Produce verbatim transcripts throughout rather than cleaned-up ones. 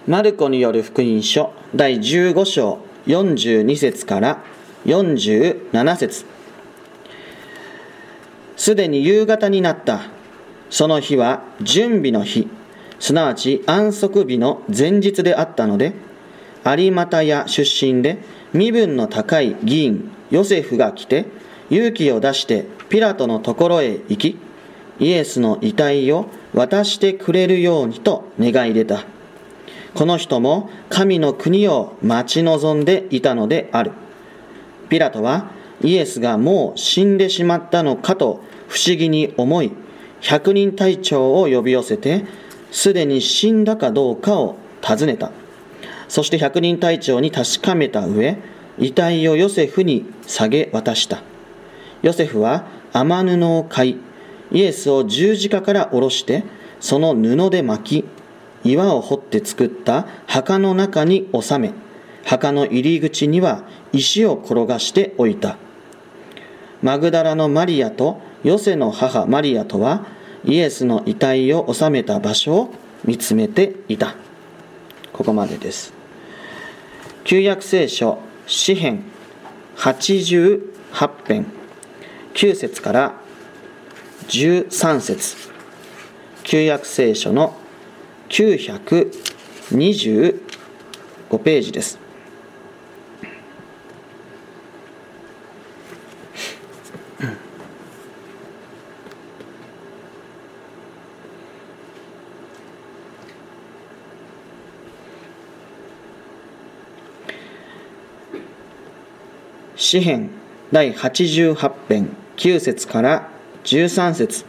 マルコによる福音書だいじゅうご章よんじゅうに節からよんじゅうなな節。すでに夕方になった。その日は準備の日、すなわち安息日の前日であったので、有馬屋出身で身分の高い議員ヨセフが来て、勇気を出してピラトのところへ行き、イエスの遺体を渡してくれるようにと願い出た。この人も神の国を待ち望んでいたのである。ピラトはイエスがもう死んでしまったのかと不思議に思い、百人隊長を呼び寄せて、すでに死んだかどうかを尋ねた。そして百人隊長に確かめた上、遺体をヨセフに下げ渡した。ヨセフは雨布を買い、イエスを十字架から下ろして、その布で巻き、岩を掘って作った墓の中に収め、墓の入り口には石を転がしておいた。マグダラのマリアとヨセの母マリアとは、イエスの遺体を収めた場所を見つめていた。ここまでです。旧約聖書詩編はちじゅうはち編きゅう節からじゅうさん節。旧約聖書のきゅうひゃくにじゅうごページです。詩編だいはちじゅうはち編きゅう節からじゅうさん節。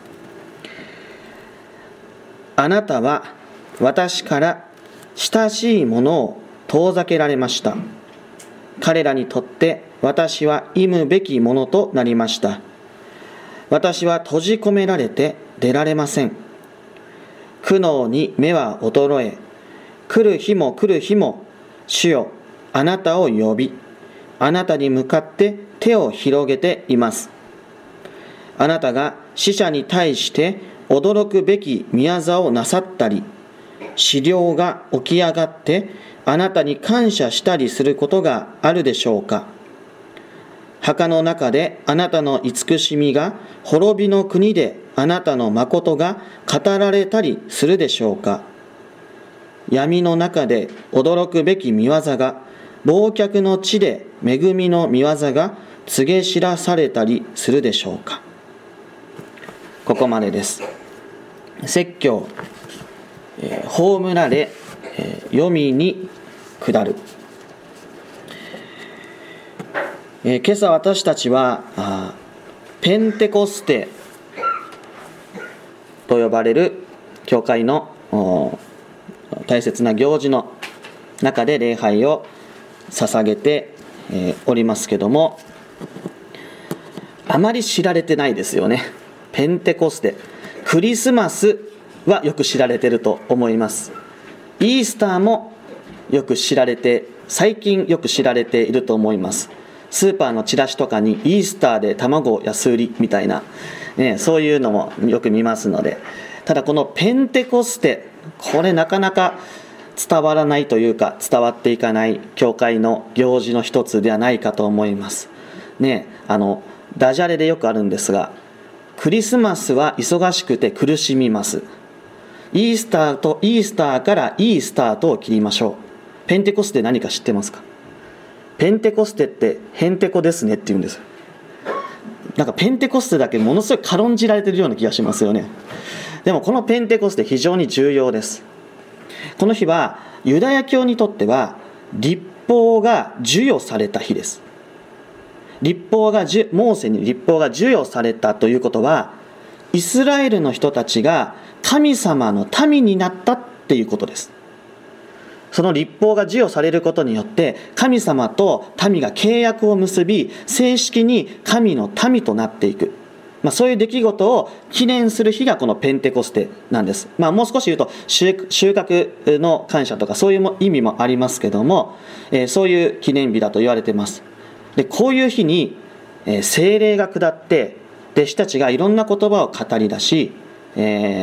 あなたは私から親しいものを遠ざけられました。彼らにとって私は忌むべきものとなりました。私は閉じ込められて出られません。苦悩に目は衰え、来る日も来る日も主よあなたを呼び、あなたに向かって手を広げています。あなたが死者に対して驚くべき宮座をなさったり、死霊が起き上がってあなたに感謝したりすることがあるでしょうか。墓の中であなたの慈しみが、滅びの国であなたの誠が語られたりするでしょうか。闇の中で驚くべき見業が、忘却の地で恵みの見業が告げ知らされたりするでしょうか。ここまでです。説教、えー、葬られ、えー、読みに下る。えー、今朝私たちはあペンテコステと呼ばれる教会の大切な行事の中で礼拝を捧げておりますけども、あまり知られてないですよね。ペンテコステ、クリスマスはよく知られていると思います。イースターもよく知られて、最近よく知られていると思います。スーパーのチラシとかにイースターで卵安売りみたいな、ね、そういうのもよく見ますので、ただこのペンテコステ、これなかなか伝わらないというか、伝わっていかない教会の行事の一つではないかと思います。ね、あのダジャレでよくあるんですが、クリスマスは忙しくて苦しみます。イースターとイースターからイースターとを切りましょう。ペンテコステ何か知ってますか？ペンテコステってヘンテコですねって言うんですよ。なんかペンテコステだけものすごい軽んじられているような気がしますよね。でもこのペンテコステ非常に重要です。この日はユダヤ教にとっては律法が授与された日です。律法がモーセに律法が授与されたということは、イスラエルの人たちが神様の民になったっていうことです。その律法が授与されることによって神様と民が契約を結び、正式に神の民となっていく、まあ、そういう出来事を記念する日がこのペンテコステなんです。まあ、もう少し言うと収穫の感謝とかそういう意味もありますけども、えー、そういう記念日だと言われています。でこういう日に、えー、聖霊が下って弟子たちがいろんな言葉を語り出し、えー、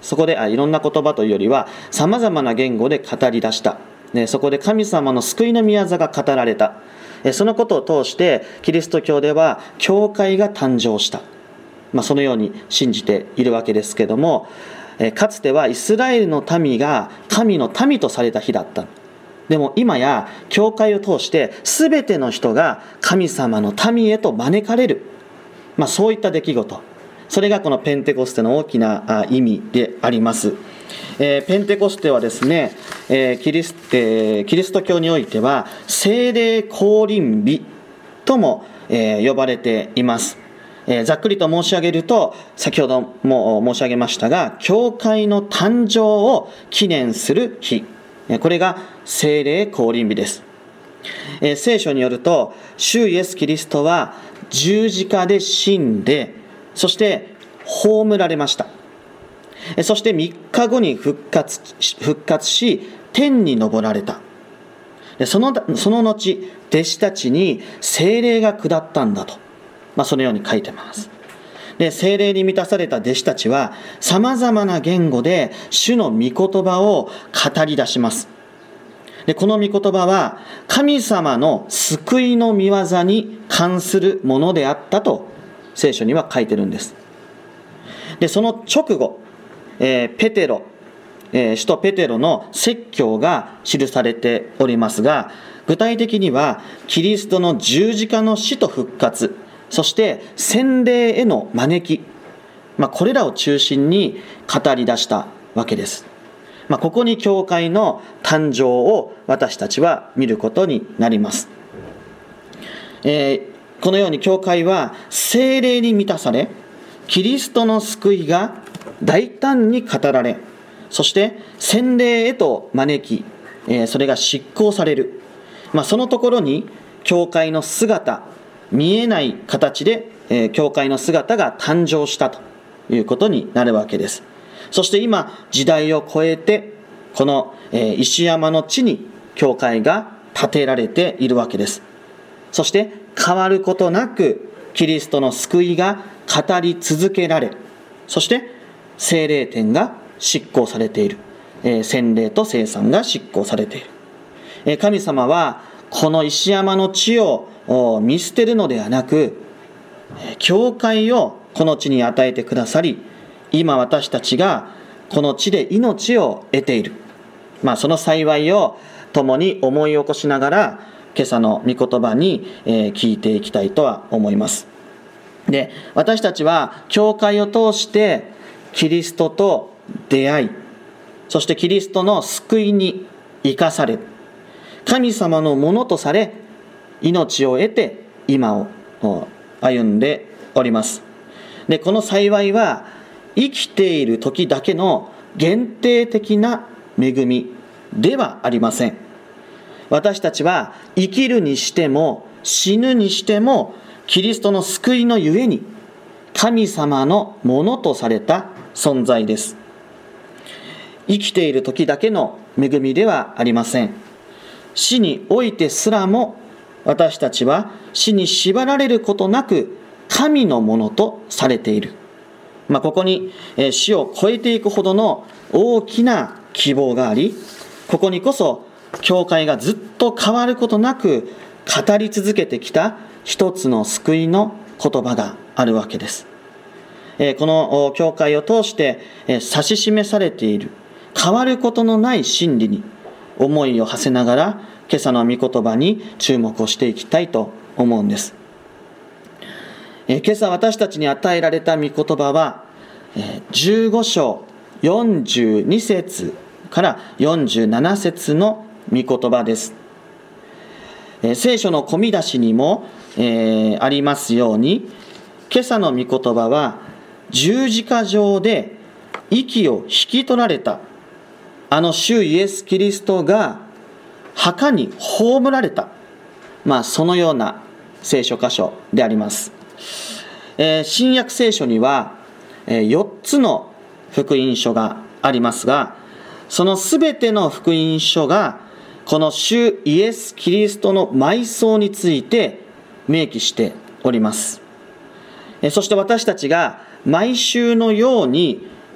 そこであいろんな言葉というよりはさまざまな言語で語り出した、ね、そこで神様の救いの御業が語られた。そのことを通してキリスト教では教会が誕生した、まあ、そのように信じているわけですけども、かつてはイスラエルの民が神の民とされた日だった。でも今や教会を通して全ての人が神様の民へと招かれる、まあ、そういった出来事、それがこのペンテコステの大きな意味であります。えー、ペンテコステはですね、えーキリスえー、キリスト教においては聖霊降臨日とも、えー、呼ばれています。えー、ざっくりと申し上げると、先ほども申し上げましたが、教会の誕生を記念する日、これが聖霊降臨日です。えー、聖書によると、主イエスキリストは十字架で死んで、そして葬られました。そしてみっかごに復活、復活し、天に昇られた。その、その後、弟子たちに聖霊が下ったんだと、まあ、そのように書いてます。で、聖霊に満たされた弟子たちは、さまざまな言語で主の御言葉を語り出します。で、この御言葉は、神様の救いの御業に関するものであったと、聖書には書いてるんです。で、その直後、えー、ペテロ、えー、使徒ペテロの説教が記されておりますが、具体的にはキリストの十字架の死と復活、そして洗礼への招き、まあ、これらを中心に語り出したわけです。まあ、ここに教会の誕生を私たちは見ることになります。えー、このように教会は聖霊に満たされ、キリストの救いが大胆に語られ、そして洗礼へと招き、えー、それが執行される、まあ、そのところに教会の姿、見えない形で、えー、教会の姿が誕生したということになるわけです。そして今時代を超えてこの、えー、石山の地に教会が建てられているわけです。そして変わることなくキリストの救いが語り続けられ、そして聖霊典が執行されている、えー、洗礼と聖餐が執行されている、えー、神様はこの石山の地を見捨てるのではなく、教会をこの地に与えてくださり、今私たちがこの地で命を得ている、まあ、その幸いを共に思い起こしながら今朝の御言葉に、えー、聞いていきたいとは思います。で、私たちは教会を通してキリストと出会い、そしてキリストの救いに生かされ、神様のものとされ、命を得て今を歩んでおります。で、この幸いは生きている時だけの限定的な恵みではありません。私たちは生きるにしても死ぬにしてもキリストの救いのゆえに神様のものとされた存在です。生きている時だけの恵みではありません。死においてすらも私たちは死に縛られることなく神のものとされている。まあ、ここに死を超えていくほどの大きな希望があり、ここにこそ教会がずっと変わることなく語り続けてきた一つの救いの言葉があるわけです。この教会を通して指し示されている変わることのない真理に思いを馳せながら今朝の御言葉に注目をしていきたいと思うんです。今朝私たちに与えられた御言葉はじゅうご章よんじゅうに節からよんじゅうなな節の御言葉です。聖書の込み出しにもありますように、今朝の御言葉は十字架上で息を引き取られたあの主イエス・キリストが墓に葬られた、まあ、そのような聖書箇所であります。えー、新約聖書には、えー、よっつの福音書がありますが、そのすべての福音書がこの主イエス・キリストの埋葬について明記しております。えー、そして私たちが毎週のように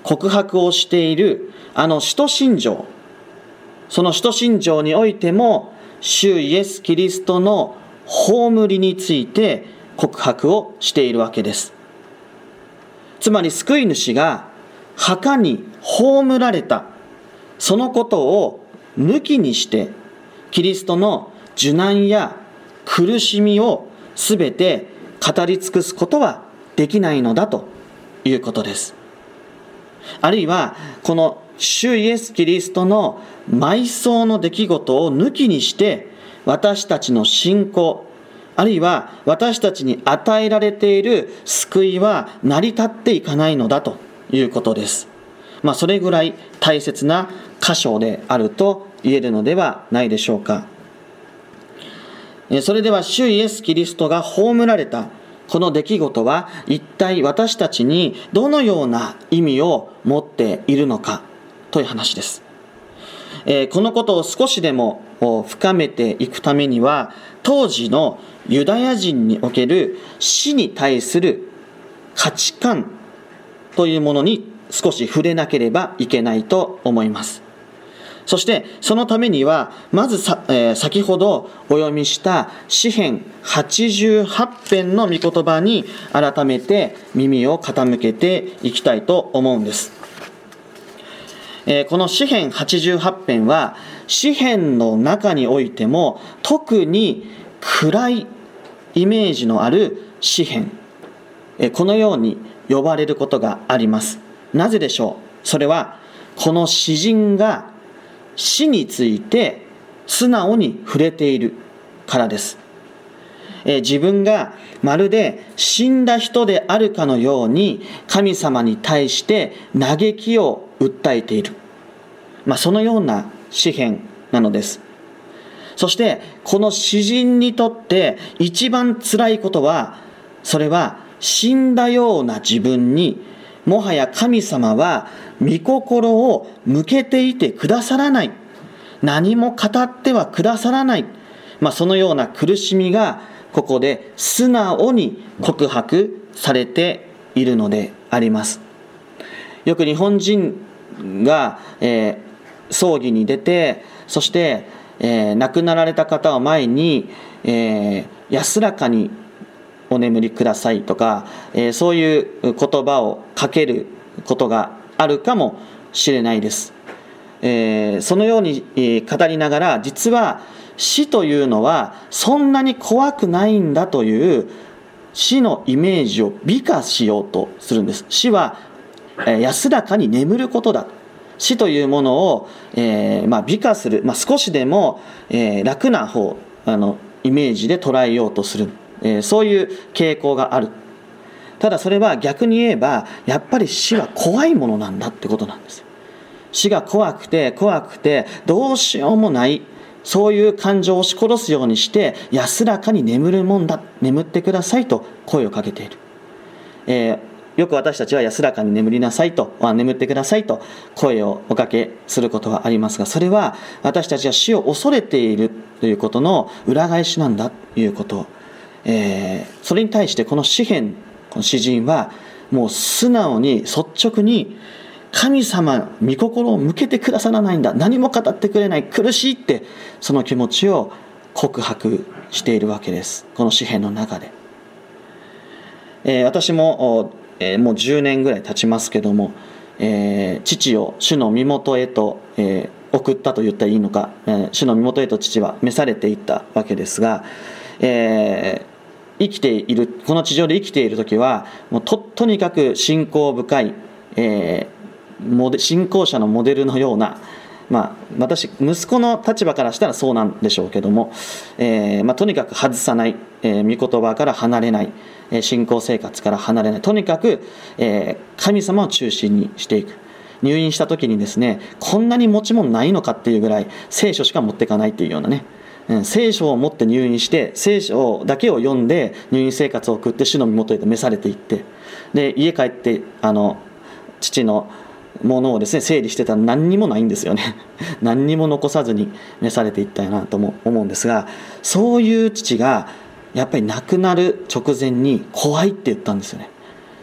告白をしているあの使徒信条、その使徒信条においても主イエス・キリストの葬りについて告白をしているわけです。つまり救い主が墓に葬られた、そのことを抜きにしてキリストの受難や苦しみをすべて語り尽くすことはできないのだということです。あるいはこの主イエス・キリストの埋葬の出来事を抜きにして私たちの信仰、あるいは私たちに与えられている救いは成り立っていかないのだということです。まあそれぐらい大切な箇所であると言えるのではないでしょうか。それでは主イエス・キリストが葬られたこの出来事は一体私たちにどのような意味を持っているのかという話です。このことを少しでも深めていくためには、当時のユダヤ人における死に対する価値観というものに少し触れなければいけないと思います。そしてそのためにはまずさ、えー、先ほどお読みした詩編はちじゅうはち編の御言葉に改めて耳を傾けていきたいと思うんです。えー、この詩編はちじゅうはち編は詩編の中においても特に暗いイメージのある詩編、えー、このように呼ばれることがあります。なぜでしょう。それはこの詩人が死について素直に触れているからです。えー、自分がまるで死んだ人であるかのように神様に対して嘆きを訴えている、まあ、そのような詩編なのです。そしてこの詩人にとって一番辛いことは、それは死んだような自分にもはや神様は御心を向けていてくださらない、何も語ってはくださらない、まあ、そのような苦しみがここで素直に告白されているのであります。よく日本人が、えー、葬儀に出て、そして、えー、亡くなられた方を前に、えー、安らかにお眠りくださいとか、えー、そういう言葉をかけることがあるかもしれないです。えー、そのように語りながら、実は死というのはそんなに怖くないんだという死のイメージを美化しようとするんです。死は、えー、安らかに眠ることだ。死というものを、えーまあ、美化する、まあ、少しでも、えー、楽な方あのイメージで捉えようとする、えー、そういう傾向がある。ただそれは逆に言えばやっぱり死は怖いものなんだってことなんです。死が怖くて怖くてどうしようもない、そういう感情を押し殺すようにして安らかに眠るもんだ、眠ってくださいと声をかけている。えー、よく私たちは安らかに眠りなさいと、眠ってくださいと声をおかけすることはありますが、それは私たちは死を恐れているということの裏返しなんだということ、えー、それに対してこの詩編、この詩人はもう素直に率直に神様御心を向けてくださらないんだ、何も語ってくれない、苦しいって、その気持ちを告白しているわけです。この詩編の中で、えー、私も、えー、もうじゅうねんぐらい経ちますけども、えー、父を主の身元へと、えー、送ったと言ったらいいのか、えー、主の身元へと父は召されていったわけですが、えー生きている、この地上で生きている時はもう と, とにかく信仰深い、えー、モデ信仰者のモデルのような、まあ、私息子の立場からしたらそうなんでしょうけども、えーまあ、とにかく外さない、えー、御言葉から離れない、えー、信仰生活から離れない、とにかく、えー、神様を中心にしていく。入院した時にですね、こんなに持ち物ないのかっていうぐらい聖書しか持っていかないっていうようなね、聖書を持って入院して聖書だけを読んで入院生活を送って主の身元へと召されていって、で家帰ってあの父のものをですね整理してたら何にもないんですよね何にも残さずに召されていったよなとも思うんですが、そういう父がやっぱり亡くなる直前に怖いって言ったんですよね。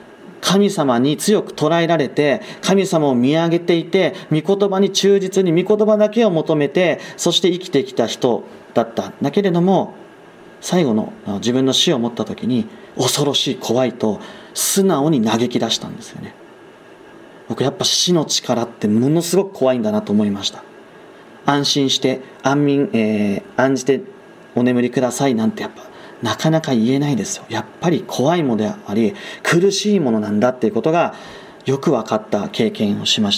神様に強く捉えられて、神様を見上げていて、御言葉に忠実に御言葉だけを求めて、そして生きてきた人だった。だけれども、最後の自分の死を持った時に、恐ろしい、怖いと素直に嘆き出したんですよね。僕やっぱ死の力ってものすごく怖いんだなと思いました。安心して安眠、えー、安じてお眠りくださいなんてやっぱなかなか言えないですよ。やっぱり怖いものであり苦しいものなんだっていうことがよく分かった経験をしました。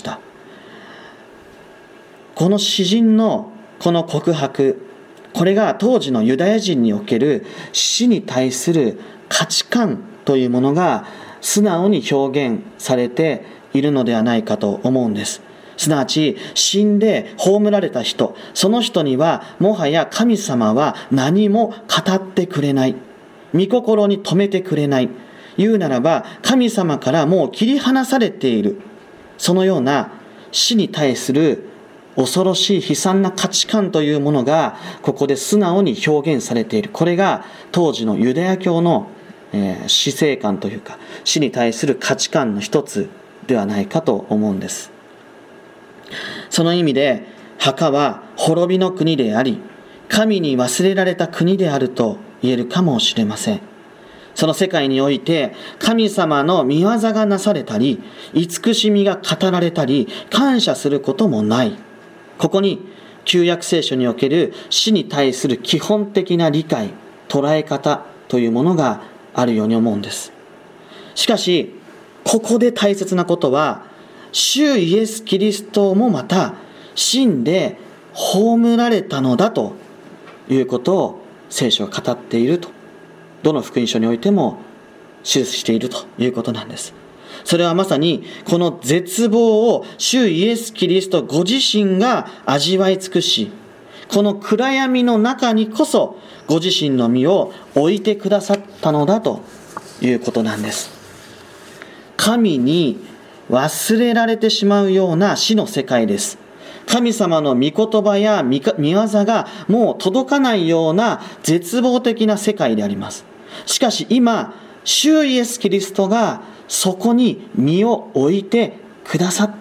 この詩人のこの告白、これが当時のユダヤ人における死に対する価値観というものが素直に表現されているのではないかと思うんです。すなわち死んで葬られた人、その人にはもはや神様は何も語ってくれない、御心に留めてくれない、言うならば神様からもう切り離されている、そのような死に対する恐ろしい悲惨な価値観というものがここで素直に表現されている。これが当時のユダヤ教の、えー、死生観というか死に対する価値観の一つではないかと思うんです。その意味で墓は滅びの国であり、神に忘れられた国であると言えるかもしれません。その世界において神様の御業がなされたり、慈しみが語られたり、感謝することもない。ここに旧約聖書における死に対する基本的な理解、捉え方というものがあるように思うんです。しかしここで大切なことは、主イエス・キリストもまた死んで葬られたのだということを聖書は語っていると、どの福音書においても記しているということなんです。それはまさにこの絶望を主イエス・キリストご自身が味わい尽くし、この暗闇の中にこそご自身の身を置いてくださったのだということなんです。神に忘れられてしまうような死の世界です。神様の御言葉や御業がもう届かないような絶望的な世界であります。しかし今、主イエス・キリストがそこに身を置いてくださった。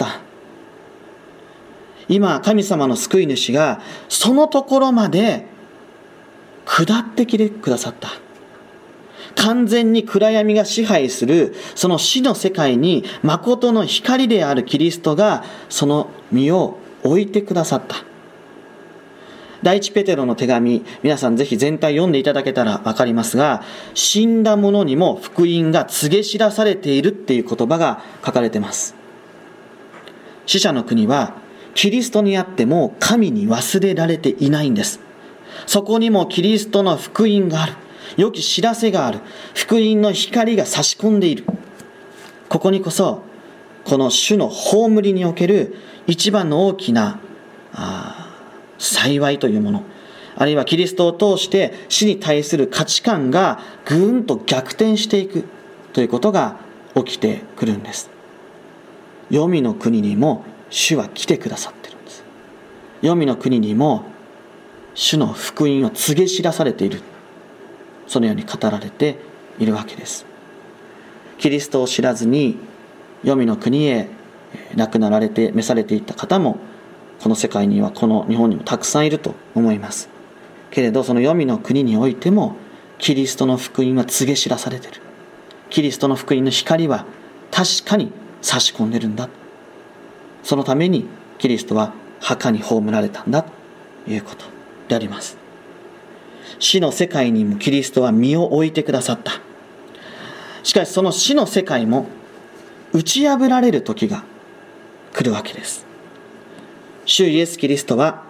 今、神様の救い主がそのところまで下ってきてくださった。完全に暗闇が支配するその死の世界に誠の光であるキリストがその身を置いてくださった。第一ペテロの手紙、皆さんぜひ全体読んでいただけたら分かりますが、死んだ者にも福音が告げ知らされているっていう言葉が書かれています。死者の国はキリストにあっても神に忘れられていないんです。そこにもキリストの福音がある。良き知らせがある。福音の光が差し込んでいる。ここにこそこの主の葬りにおける一番の大きなあ幸いというもの、あるいはキリストを通して死に対する価値観がぐーんと逆転していくということが起きてくるんです。黄泉の国にも主は来てくださっているんです。黄泉の国にも主の福音を告げ知らされている、そのように語られているわけです。キリストを知らずに黄泉の国へ亡くなられて召されていった方もこの世界には、この日本にもたくさんいると思います。けれどその黄泉の国においてもキリストの福音は告げ知らされている。キリストの福音の光は確かに差し込んでるんだ。そのためにキリストは墓に葬られたんだということであります。死の世界にもキリストは身を置いてくださった。しかしその死の世界も打ち破られる時が来るわけです。主イエス・キリストは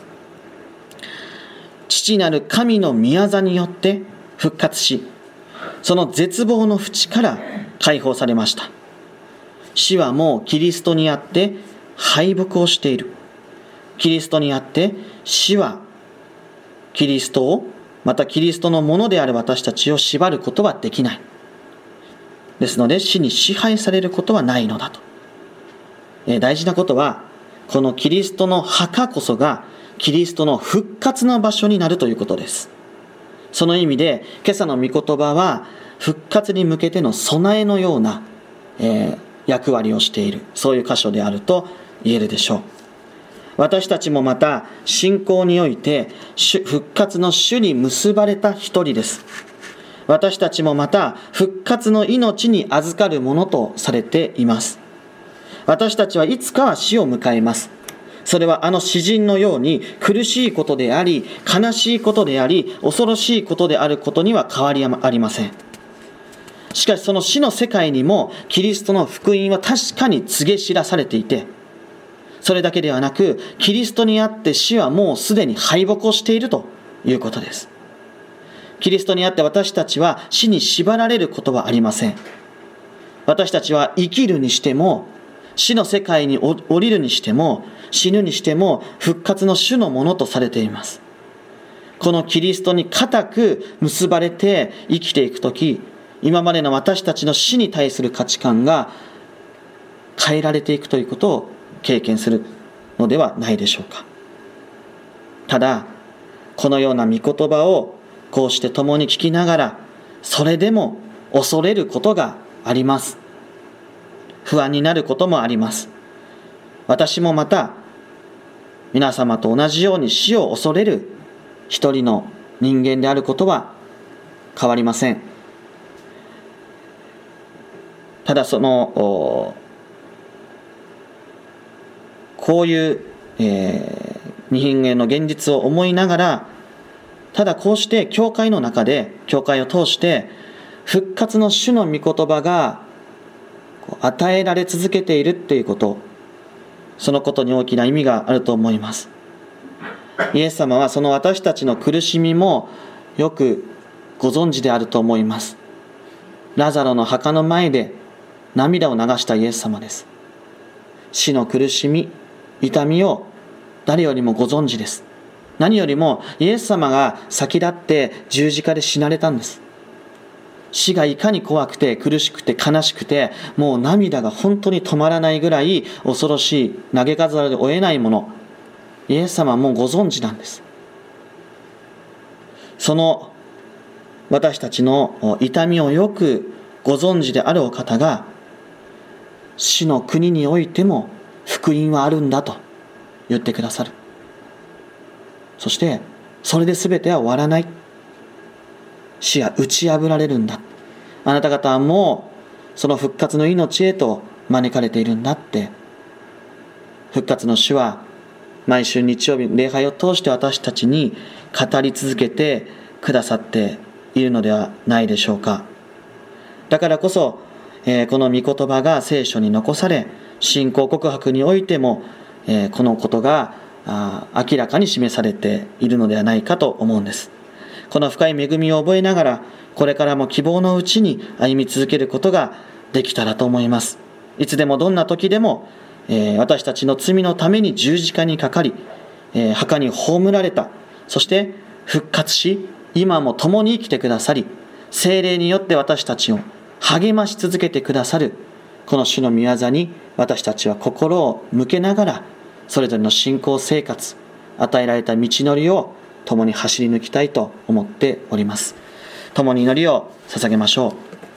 父なる神の御業によって復活し、その絶望の淵から解放されました。死はもうキリストにあって敗北をしている。キリストにあって死はキリストを、またキリストのものである私たちを縛ることはできない。ですので死に支配されることはないのだと。えー、大事なことは、このキリストの墓こそがキリストの復活の場所になるということです。その意味で今朝の御言葉は復活に向けての備えのようなえー、役割をしている、そういう箇所であると言えるでしょう。私たちもまた信仰において復活の主に結ばれた一人です。私たちもまた復活の命に預かるものとされています。私たちはいつかは死を迎えます。それはあの詩人のように苦しいことであり、悲しいことであり、恐ろしいことであることには変わりありません。しかしその死の世界にもキリストの福音は確かに告げ知らされていて、それだけではなく、キリストにあって死はもうすでに敗北をしているということです。キリストにあって私たちは死に縛られることはありません。私たちは生きるにしても、死の世界に降りるにしても、死ぬにしても復活の主のものとされています。このキリストに固く結ばれて生きていくとき、今までの私たちの死に対する価値観が変えられていくということを経験するのではないでしょうか。ただ、このような御言葉をこうして共に聞きながら、それでも恐れることがあります。不安になることもあります。私もまた皆様と同じように死を恐れる一人の人間であることは変わりません。ただそのこういう、えー、人間の現実を思いながら、ただこうして教会の中で、教会を通して復活の主の御言葉が与えられ続けているということ、そのことに大きな意味があると思います。イエス様はその私たちの苦しみもよくご存知であると思います。ラザロの墓の前で涙を流したイエス様です。死の苦しみ、痛みを誰よりもご存知です。何よりもイエス様が先立って十字架で死なれたんです。死がいかに怖くて苦しくて悲しくて、もう涙が本当に止まらないぐらい恐ろしい、嘆かざるを得ないもの、イエス様はもうご存知なんです。その私たちの痛みをよくご存知であるお方が、死の国においても福音はあるんだと言ってくださる。そしてそれで全ては終わらない。死は打ち破られるんだ。あなた方はもうその復活の命へと招かれているんだって。復活の主は毎週日曜日礼拝を通して私たちに語り続けてくださっているのではないでしょうか。だからこそ、えー、この御言葉が聖書に残され、信仰告白においても、えー、このことがあ明らかに示されているのではないかと思うんです。この深い恵みを覚えながら、これからも希望のうちに歩み続けることができたらと思います。いつでもどんな時でも、えー、私たちの罪のために十字架にかかり、えー、墓に葬られた、そして復活し、今も共に生きてくださり、聖霊によって私たちを励まし続けてくださるこの主の御業に私たちは心を向けながら、それぞれの信仰生活、与えられた道のりを共に走り抜きたいと思っております。共に祈りを捧げましょう。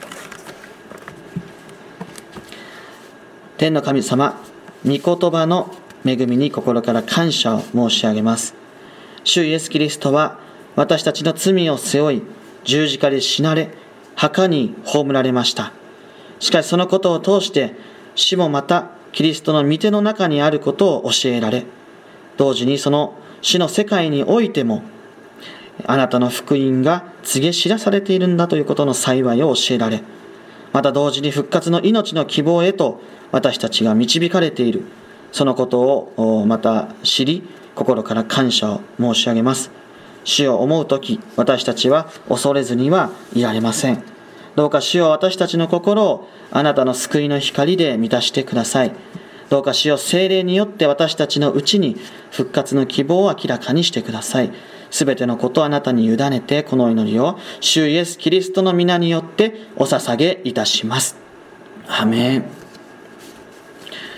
天の神様、御言葉の恵みに心から感謝を申し上げます。主イエスキリストは私たちの罪を背負い、十字架で死なれ、墓に葬られました。しかしそのことを通して死もまたキリストの御手の中にあることを教えられ、同時にその死の世界においてもあなたの福音が告げ知らされているんだということの幸いを教えられ、また同時に復活の命の希望へと私たちが導かれている、そのことをまた知り、心から感謝を申し上げます。主を思うとき、私たちは恐れずにはいられません。どうか主よ、私たちの心をあなたの救いの光で満たしてください。どうか主よ、聖霊によって私たちのうちに復活の希望を明らかにしてください。すべてのことをあなたに委ねて、この祈りを主イエスキリストの皆によってお捧げいたします。アーメン。